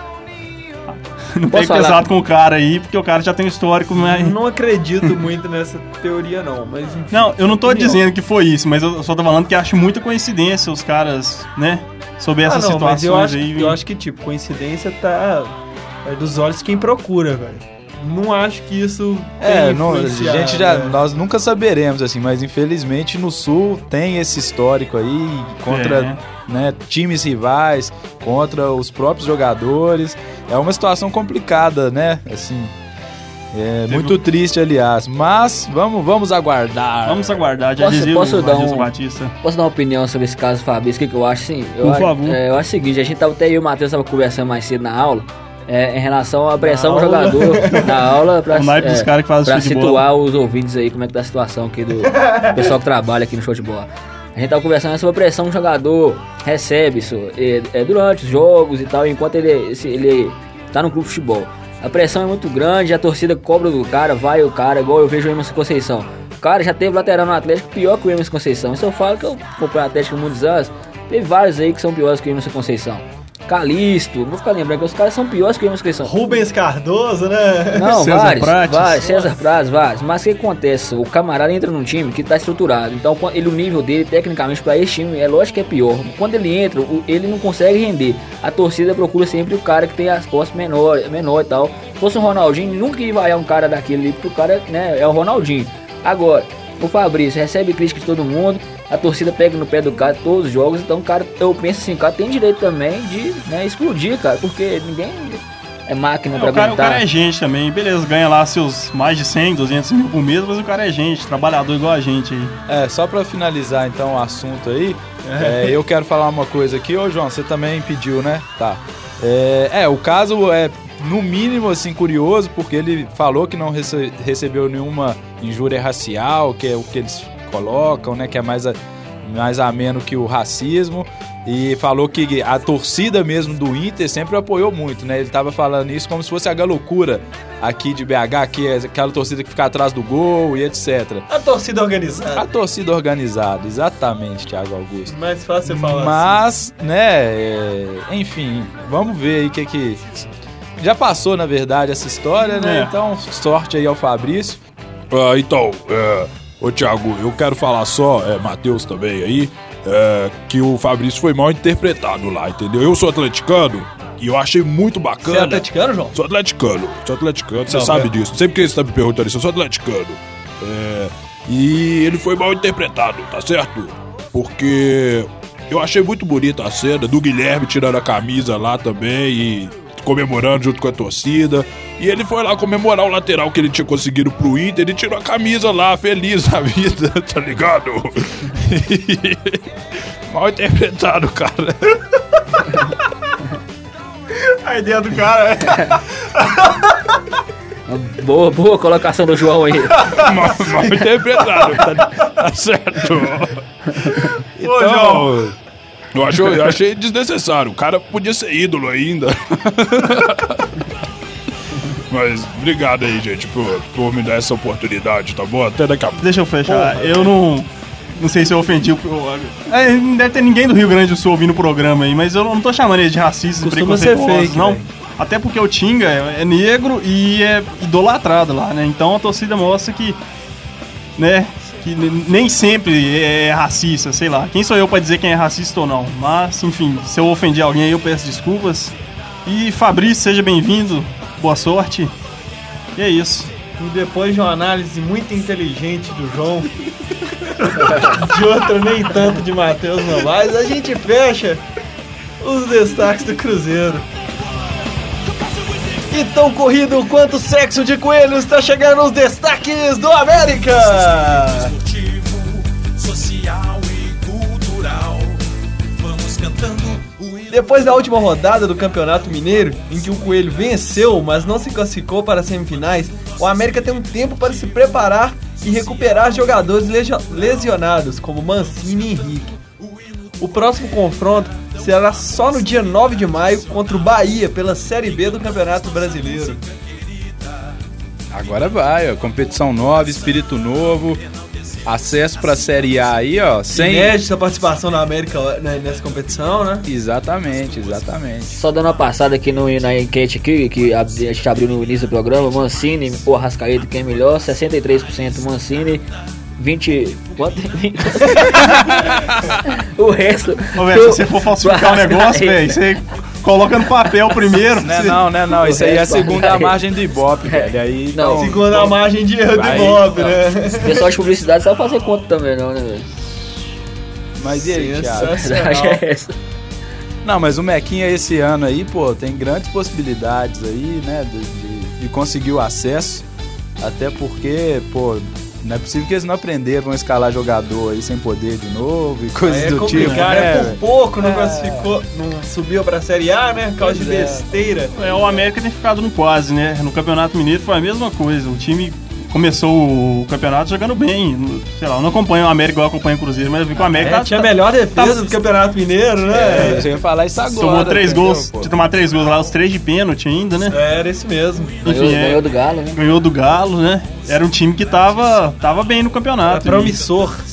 não Posso pegue falar? pesado com o cara aí, porque o cara já tem um histórico, mas... Não acredito muito nessa teoria, não, mas enfim. Não, eu não tô Opinião. dizendo que foi isso, mas eu só tô falando que acho muita coincidência os caras, né, sobre essas ah, não, mas situações eu acho, aí. eu acho que, tipo, coincidência tá é dos olhos de quem procura, velho. Não acho que isso É, tenha não, a influenciado, gente já, né? nós nunca saberemos, assim, mas infelizmente no Sul tem esse histórico aí contra É. né, times rivais, contra os próprios jogadores. É uma situação complicada, né? Assim, é Teve- muito triste, aliás. Mas vamos, vamos aguardar. Vamos aguardar, já Posso- dizia posso o dar Adilson um- Batista. Posso dar uma opinião sobre esse caso, Fabrício? O que, que eu acho? Sim, eu Por acho, favor. é, eu acho o seguinte, a gente tava até eu e o Matheus tava conversando mais cedo na aula, é, em relação à pressão do aula. jogador na aula pra, O naipe dos caras que fazem pra show de situar bola. os ouvintes aí, como é que tá a situação aqui do pessoal que trabalha aqui no show de bola. A gente tava conversando sobre a pressão que o jogador recebe isso, é, é, durante os jogos e tal, enquanto ele, esse- ele tá no clube de futebol. A pressão é muito grande, a torcida cobra do cara, vai o cara, igual eu vejo o Emerson Conceição. O cara já teve lateral no Atlético pior que o Emerson Conceição. Isso eu falo que eu comprei o Atlético há muitos anos. Teve vários aí que são piores que o Emerson Conceição. Calixto, não vou ficar lembrando que os caras são piores que o Emerson Conceição. Rubens Cardoso, né? Não, César vários, Prates. vários, César Prates, vários. Mas o que acontece? O camarada entra num time que tá estruturado. Então quando ele, o nível dele, tecnicamente, pra esse time, é lógico que é pior. Quando ele entra, o- ele não consegue render. A torcida procura sempre o cara que tem as costas menor, menor e tal. Se fosse um Ronaldinho, nunca ia vaiar um cara daquele ali, porque o cara, né, é o Ronaldinho. Agora, o Fabrício recebe crítica de todo mundo. A torcida pega no pé do cara todos os jogos, então o cara, eu penso assim, o cara tem direito também de, né, explodir, cara, porque ninguém é máquina É, pra o, cara, o aguentar. cara é gente também, beleza, ganha lá seus mais de cem, duzentos mil por mês, mas o cara é gente, trabalhador igual a gente aí. É, só pra finalizar então o assunto aí, é, eu quero falar uma coisa aqui. Ô João, você também pediu, né? Tá. É, é, o caso é no mínimo assim curioso, porque ele falou que não rece- recebeu nenhuma injúria racial, que é o que eles colocam, né? Que é mais, a, mais ameno que o racismo. E falou que a torcida mesmo do Inter sempre apoiou muito, né? Ele tava falando isso como se fosse a galocura aqui de B H, que é aquela torcida que fica atrás do gol e etcétera. A torcida organizada. A torcida organizada, exatamente, Thiago Augusto. Mais fácil você falar Mas, né, é, enfim, vamos ver aí o que que... Já passou, na verdade, essa história, né? É. Então, sorte aí ao Fabrício. Ah, então, é, ô Thiago, eu quero falar só, é, Matheus também aí, é, que o Fabrício foi mal interpretado lá, entendeu? Eu sou atleticano e eu achei muito assim. Você bacana. é atleticano, João? Sou atleticano, sou atleticano, você Não, sabe é. disso. Sempre que você tá me perguntando isso, eu sou atleticano. É, e ele foi mal interpretado, tá certo? Porque eu achei muito bonita a cena do Guilherme tirando a camisa lá também e comemorando junto com a torcida. E ele foi lá comemorar o lateral que ele tinha conseguido pro Inter. Ele tirou a camisa lá, feliz na vida, tá ligado? Mal interpretado, cara. A ideia do cara é... Boa, boa colocação do João aí. mal, mal interpretado, tá, tá certo? Ô, Então, João. eu, acho, eu achei desnecessário. O cara podia ser ídolo ainda. Mas obrigado aí, gente, por, por me dar essa oportunidade, tá bom? Até daqui a pouco. Deixa eu fechar, eu não... Não sei se eu ofendi o... É, não deve ter ninguém do Rio Grande do Sul ouvindo o programa aí, mas eu não tô chamando ele de racista, Costuma ser preconceituoso, fake, não. velho. Até porque o Tinga é, é negro e é idolatrado lá, né? Então a torcida mostra que, né, que n- nem sempre é racista, sei lá. Quem sou eu pra dizer quem é racista ou não? Mas, enfim, se eu ofendi alguém aí, eu peço desculpas. E Fabrício, seja bem-vindo, boa sorte. E é isso. E depois de uma análise muito inteligente do João, de outra nem tanto de Matheus Novaes, a gente fecha os destaques do Cruzeiro. E tão corrido quanto sexo de coelho, está chegando os destaques do América! Social e cultural. Vamos cantando o hino. Depois da última rodada do Campeonato Mineiro, em que o Coelho venceu, mas não se classificou para as semifinais, o América tem um tempo para se preparar e recuperar jogadores lesio- lesionados, como Mancini e Henrique. O próximo confronto será só no dia nove de maio contra o Bahia pela Série B do Campeonato Brasileiro. Agora vai, ó, competição nova, espírito novo, acesso pra Série A aí, ó, sem... Inédita participação da América né, nessa competição, né? Exatamente, exatamente. Só dando uma passada aqui no, na enquete aqui, que a, a gente abriu no início do programa, Mancini ou Arrascaeta, quem é melhor? sessenta e três por cento Mancini, vinte... Quanto? O resto... Ô, velho, se você for falsificar o negócio, velho, você coloca no papel primeiro. Não é você- não, não é não, O isso aí é a resto, segunda vai. margem do Ibope, velho, aí... Não, então, Segundo a margem de erro do Vai. Ibope, né? pessoal de publicidade sabe fazer conta também, não, né, velho? Mas e aí, Thiago? A verdade é essa. Não, mas o Mequinha esse ano aí, pô, tem grandes possibilidades aí, né, de, de, de conseguir o acesso, até porque, pô, não é possível que eles não aprenderam a escalar jogador aí sem poder de novo e coisas É do tipo, complicado, né? é por pouco não classificou, não subiu pra Série A, né? Por causa de Pois é. besteira. É, o América tem ficado no quase, né? No Campeonato Mineiro foi a mesma coisa. O time começou o campeonato jogando bem. Sei lá, eu não acompanho o América igual eu acompanho o Cruzeiro, mas eu vi que o América É, tá- tinha a tá- melhor defesa tá- do Campeonato Mineiro, né? É, eu ia falar isso agora. tomou três entendeu, gols, pô? tinha tomado três gols lá, os três de pênalti ainda, né? Era esse mesmo. Ganhou, Enfim, é. ganhou do Galo, né? Ganhou do Galo, né? Era um time que tava, tava bem no Era campeonato. promissor.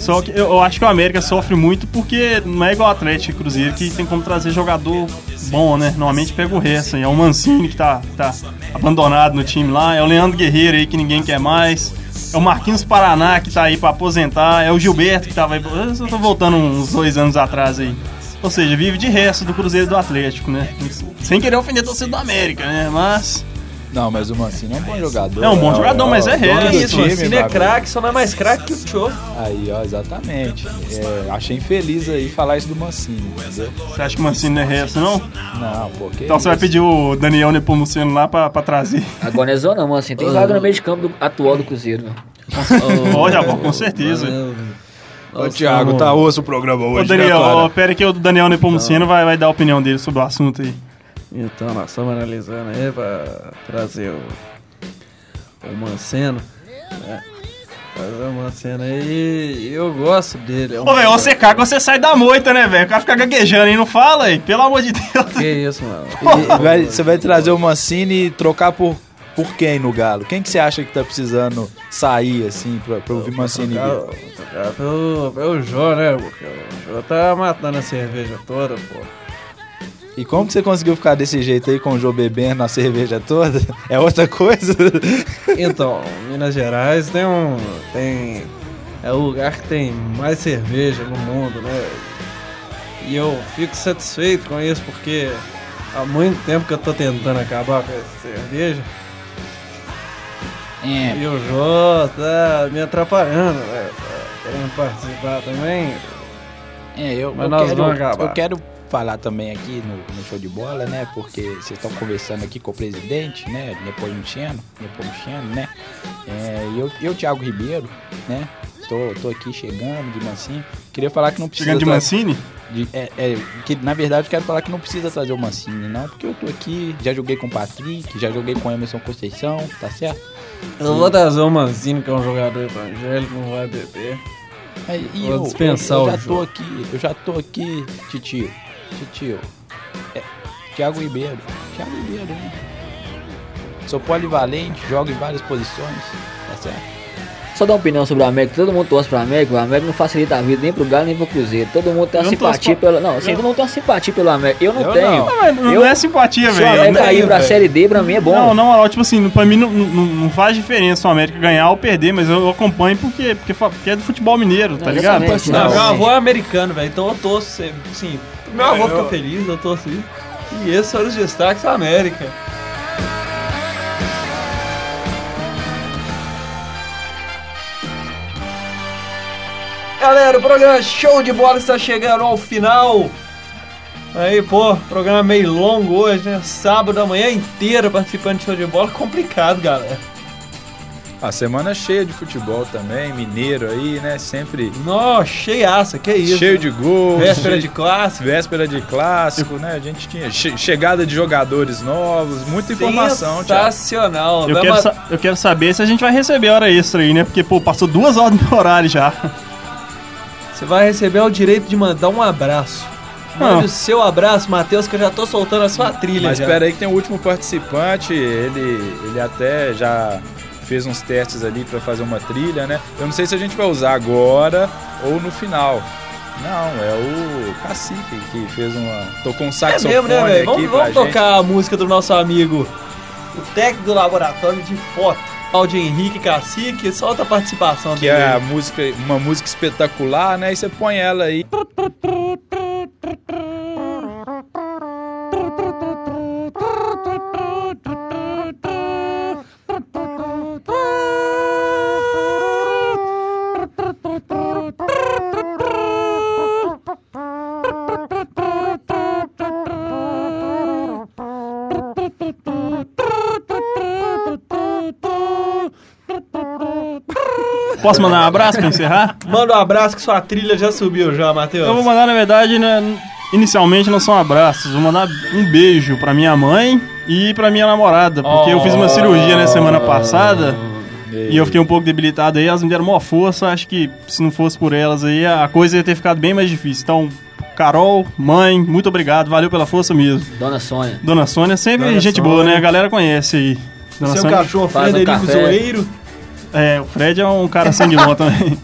Só que eu, eu acho que o América sofre muito porque não é igual o Atlético e Cruzeiro, que tem como trazer jogador bom, né? Normalmente pega o resto. É o Mancini, que tá, tá abandonado no time lá. É o Leandro Guerreiro aí, que ninguém quer mais. É o Marquinhos Paraná, que tá aí pra aposentar. É o Gilberto, que tava aí... Eu tô voltando uns dois anos atrás aí. Ou seja, vive de resto do Cruzeiro e do Atlético, né? Sem querer ofender a torcida do América, né? Mas... Não, mas o Mancini é um bom jogador. É um bom jogador, é, mas é resto. É isso, o Mancini é craque, só não é mais craque que o Tchô. Aí, ó, exatamente. É, achei infeliz aí falar isso do Mancini, entendeu? Você acha que o Mancini não é resto, não? Não, pô, que Então isso? você vai pedir o Daniel Nepomuceno lá pra, pra trazer. Agora não é zona, não, assim. Tem vaga no meio de campo do, atual do Cruzeiro, né? Olha, bom, com certeza. Ô, Thiago, tá osso o programa hoje, Ô, Daniel, né, ó, pera que o Daniel Nepomuceno vai, vai dar a opinião dele sobre o assunto aí. Então, nós estamos analisando aí pra trazer o, o Manceno, né? Trazer o Manceno aí, eu gosto dele. É um Ô, velho, você caga, você sai da moita, né, velho? O cara fica gaguejando aí, não fala aí, pelo amor de Deus. Que isso, mano? E vai- Você vai trazer o Mancini e trocar por, por quem no Galo? Quem que você acha que tá precisando sair, assim, pra, pra ouvir Mancini? Tocar, tocar pelo, pelo Jô, né? Porque o Jô tá matando a cerveja toda, pô. E como que você conseguiu ficar desse jeito aí com o Jô bebendo a cerveja toda? É outra coisa? Então, Minas Gerais tem um. Tem. É o lugar que tem mais cerveja no mundo, né? E eu fico satisfeito com isso porque há muito tempo que eu tô tentando acabar com essa cerveja. É. E o Jô tá me atrapalhando, né? Tá querendo participar também. É, eu, Mas eu nós quero, vamos acabar. eu quero falar também aqui no, no show de bola, né? Porque vocês estão conversando aqui com o presidente, né? Nepomuceno, Nepomuceno, né? É, e eu, eu, Thiago Ribeiro, né? Tô, tô aqui chegando de Mancini. Queria falar que não precisa... Chegando de tra- Mancini? de- é, é, que, na verdade, eu quero falar que não precisa trazer o Mancini, não. Porque eu tô aqui, já joguei com o Patrick, já joguei com o Emerson Conceição, tá certo? Eu vou trazer o Mancini, que é um jogador evangélico, não vai beber. Aí, e Vou eu, dispensar eu, eu o já jogo. tô aqui, eu já tô aqui, titio, titio, é, Thiago Ribeiro, Thiago Ribeiro, né? Sou polivalente, jogo em várias posições, tá certo? Só dar uma opinião sobre o América. Todo mundo torce pro América. O América não facilita a vida nem pro Galo nem pro Cruzeiro. Todo mundo tem Eu uma não torço simpatia pra- pelo... Não, assim, todo mundo tem uma simpatia pelo América. Eu não Eu tenho. não. Não, mas não Eu- é simpatia, Se o velho. América Não, cair pra velho. Série D, pra mim é bom. Não, na moral, tipo assim, pra mim não, não, não faz diferença o América ganhar ou perder, mas eu acompanho porque, porque, fa- porque é do futebol mineiro, tá Não, ligado? exatamente, Não, não. meu avô é americano, velho, então eu torço sempre. Sim, meu avô fica feliz, eu torço isso. E esses foram os destaques da América. Galera, o programa Show de Bola está chegando ao final. Aí, pô, programa meio longo hoje, né? Sábado, a manhã inteira participando de Show de Bola, complicado, galera. A semana cheia de futebol também, mineiro aí, né? Sempre Nossa, cheiaça, que isso. cheio de gols. Véspera cheio- de clássico. Véspera de clássico, né? A gente tinha che- chegada de jogadores novos, muita informação, Thiago. Sensacional. Eu Vai quero, ma- sa- eu quero saber se a gente vai receber hora extra aí, né? Porque, pô, passou duas horas do meu horário já. Você vai receber o direito de mandar um abraço. Mande Ah. o seu abraço, Matheus, que eu já tô soltando a sua trilha. Mas já. espera aí que tem o último participante, ele, ele até já fez uns testes ali pra fazer uma trilha, né? Eu não sei se a gente vai usar agora ou no final. Não, é o Cacique que fez uma... tocou um É saxofone mesmo, né, velho? aqui Vamos, pra vamos gente. tocar a música do nosso amigo, o técnico do laboratório de foto, Claudio Henrique Cacique. Solta a participação Que dele. é a música, uma música espetacular, né? E você põe ela aí. Posso mandar um abraço pra encerrar? Manda um abraço que sua trilha já subiu já, Matheus. Eu vou mandar, na verdade, né, inicialmente não são abraços. Vou mandar um beijo pra minha mãe e pra minha namorada. Porque eu fiz uma cirurgia na semana passada e eu fiquei um pouco debilitado aí. Elas me deram maior força. Acho que se não fosse por elas aí, a coisa ia ter ficado bem mais difícil. Então, Carol, mãe, muito obrigado. Valeu pela força mesmo. Dona Sônia. Dona Sônia, sempre Dona gente Sônia. boa, né? A galera conhece aí. Dona Seu Sônia- cachorro Faz um Frederico café. Zoeiro. É, o Fred é um cara sangue bom também.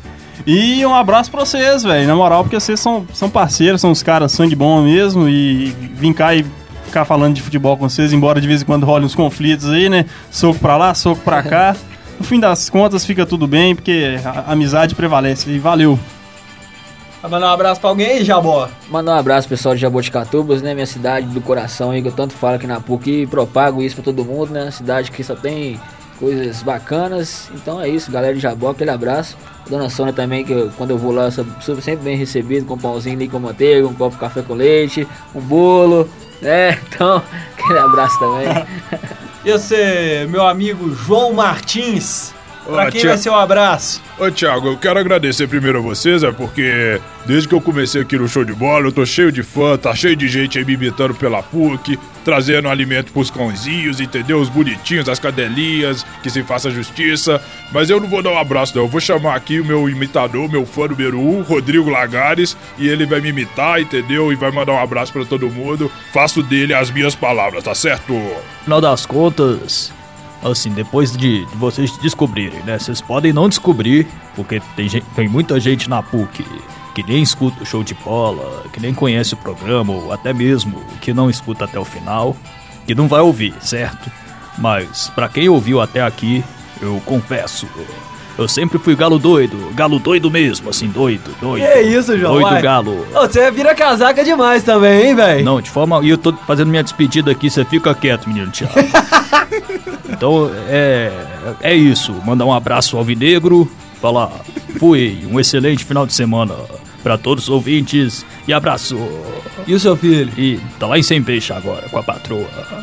E um abraço pra vocês, velho. Na moral, porque vocês são, são parceiros, são os caras sangue bom mesmo. E vim cá e ficar falando de futebol com vocês, embora de vez em quando rolem uns conflitos aí, né? Soco pra lá, soco pra cá. No fim das contas, fica tudo bem, porque a amizade prevalece. E valeu. Vai mandar um abraço pra alguém aí, Jabó? Mandar um abraço, pessoal de Jaboticatubas, né? Minha cidade do coração aí, que eu tanto falo aqui na P U C e propago isso pra todo mundo, né? Uma cidade que só tem coisas bacanas. Então é isso, galera de Jabó, aquele abraço. A Dona Sônia também, que eu, quando eu vou lá, eu sou, sou sempre bem recebido, com um pãozinho ali com manteiga, um copo de café com leite, um bolo, né? Então, aquele abraço também. E você, meu amigo João Martins? Pra Ô, quem tia- vai ser um abraço? Ô, Thiago, eu quero agradecer primeiro a vocês, é porque desde que eu comecei aqui no Show de Bola, eu tô cheio de fã, tá cheio de gente aí me imitando pela P U C, trazendo alimento pros cãozinhos, entendeu? Os bonitinhos, as cadelinhas, que se faça justiça. Mas eu não vou dar um abraço, não. Eu vou chamar aqui o meu imitador, meu fã número um, Rodrigo Lagares, e ele vai me imitar, entendeu? E vai mandar um abraço pra todo mundo. Faço dele as minhas palavras, tá certo? Afinal das contas, assim, depois de, de vocês descobrirem, né? Vocês podem não descobrir, porque tem, gente, tem muita gente na P U C que, que nem escuta o Show de Bola, que nem conhece o programa, ou até mesmo que não escuta até o final, que não vai ouvir, certo? Mas pra quem ouviu até aqui, eu confesso, eu sempre fui galo doido, galo doido mesmo, assim, doido, doido. Que isso, João? Doido Vai. galo. Ô, você vira casaca demais também, hein, velho? Não, de forma... E eu tô fazendo minha despedida aqui, você fica quieto, menino Thiago. Então, é... É isso. Mandar um abraço ao Alvinegro. Falar, fui, um excelente final de semana pra todos os ouvintes. E abraço. E o seu filho? E tá lá em Sem Peixe agora, com a patroa.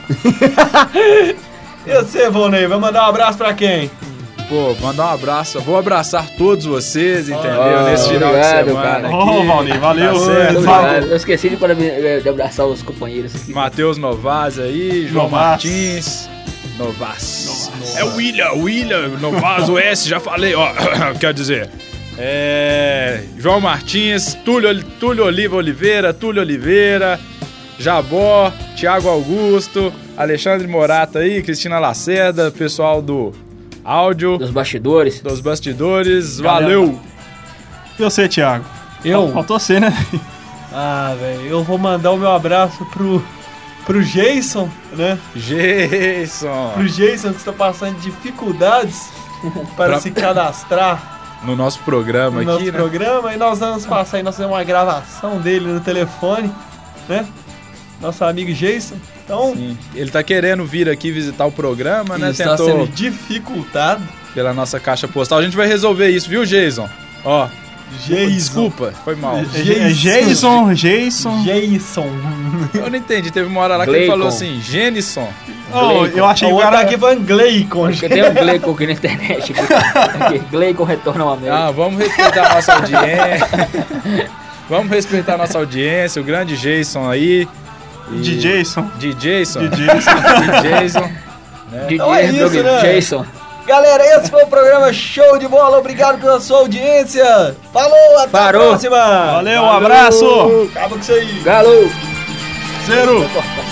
E você, Volney, vai mandar um abraço pra quem? Pô, mandar um abraço. Vou abraçar todos vocês, entendeu? Oh, Nesse final obrigado, de semana cara. aqui. Ô, Valnir, valeu. Tá certo. Obrigado. Eu esqueci de, paraben- de abraçar os companheiros aqui. Matheus Novaz aí, João Novaz. Martins. Novaz. É o William, William, Novaz, o S, já falei, ó. Quer dizer, É, João Martins, Túlio, Túlio Oliva Oliveira, Túlio Oliveira, Jabó, Thiago Augusto, Alexandre Morata aí, Cristina Lacerda, pessoal do áudio, Dos bastidores. dos bastidores, Galera. valeu! E você, Thiago? Eu? Faltou você, né? Ah, velho, eu vou mandar o meu abraço pro, pro Jason, né? Jason! Pro Jason que está passando dificuldades para Pra- se cadastrar No nosso programa no aqui, nosso né? programa. E nós vamos passar aí, nós fizemos uma gravação dele no telefone, né? Nosso amigo Jason. Então, Sim. Ele tá querendo vir aqui visitar o programa, né? está Tentou sendo dificultado. pela nossa caixa postal. A gente vai resolver isso, viu, Jason? Ó, Jason. desculpa, foi mal. É Jason, Jason. Jason. Eu não entendi, teve uma hora lá que ele Gleicon. falou assim, Genison. Oh, eu achei O o outro cara... aqui foi Gleicon. Acho que tem um Gleicon aqui na internet. Aqui. Gleicon retorna ao América. Ah, vamos respeitar a nossa audiência. Vamos respeitar a nossa audiência, o grande Jason aí. E- De Jason. De Jason. De Jason. De Jason. D J Então é isso, Doug né? Jason. Galera, esse foi o programa Show de Bola. Obrigado pela sua audiência. Falou, até Parou. a próxima. Valeu, um abraço. Acaba com isso aí. Galo! Zero. Vou cortar.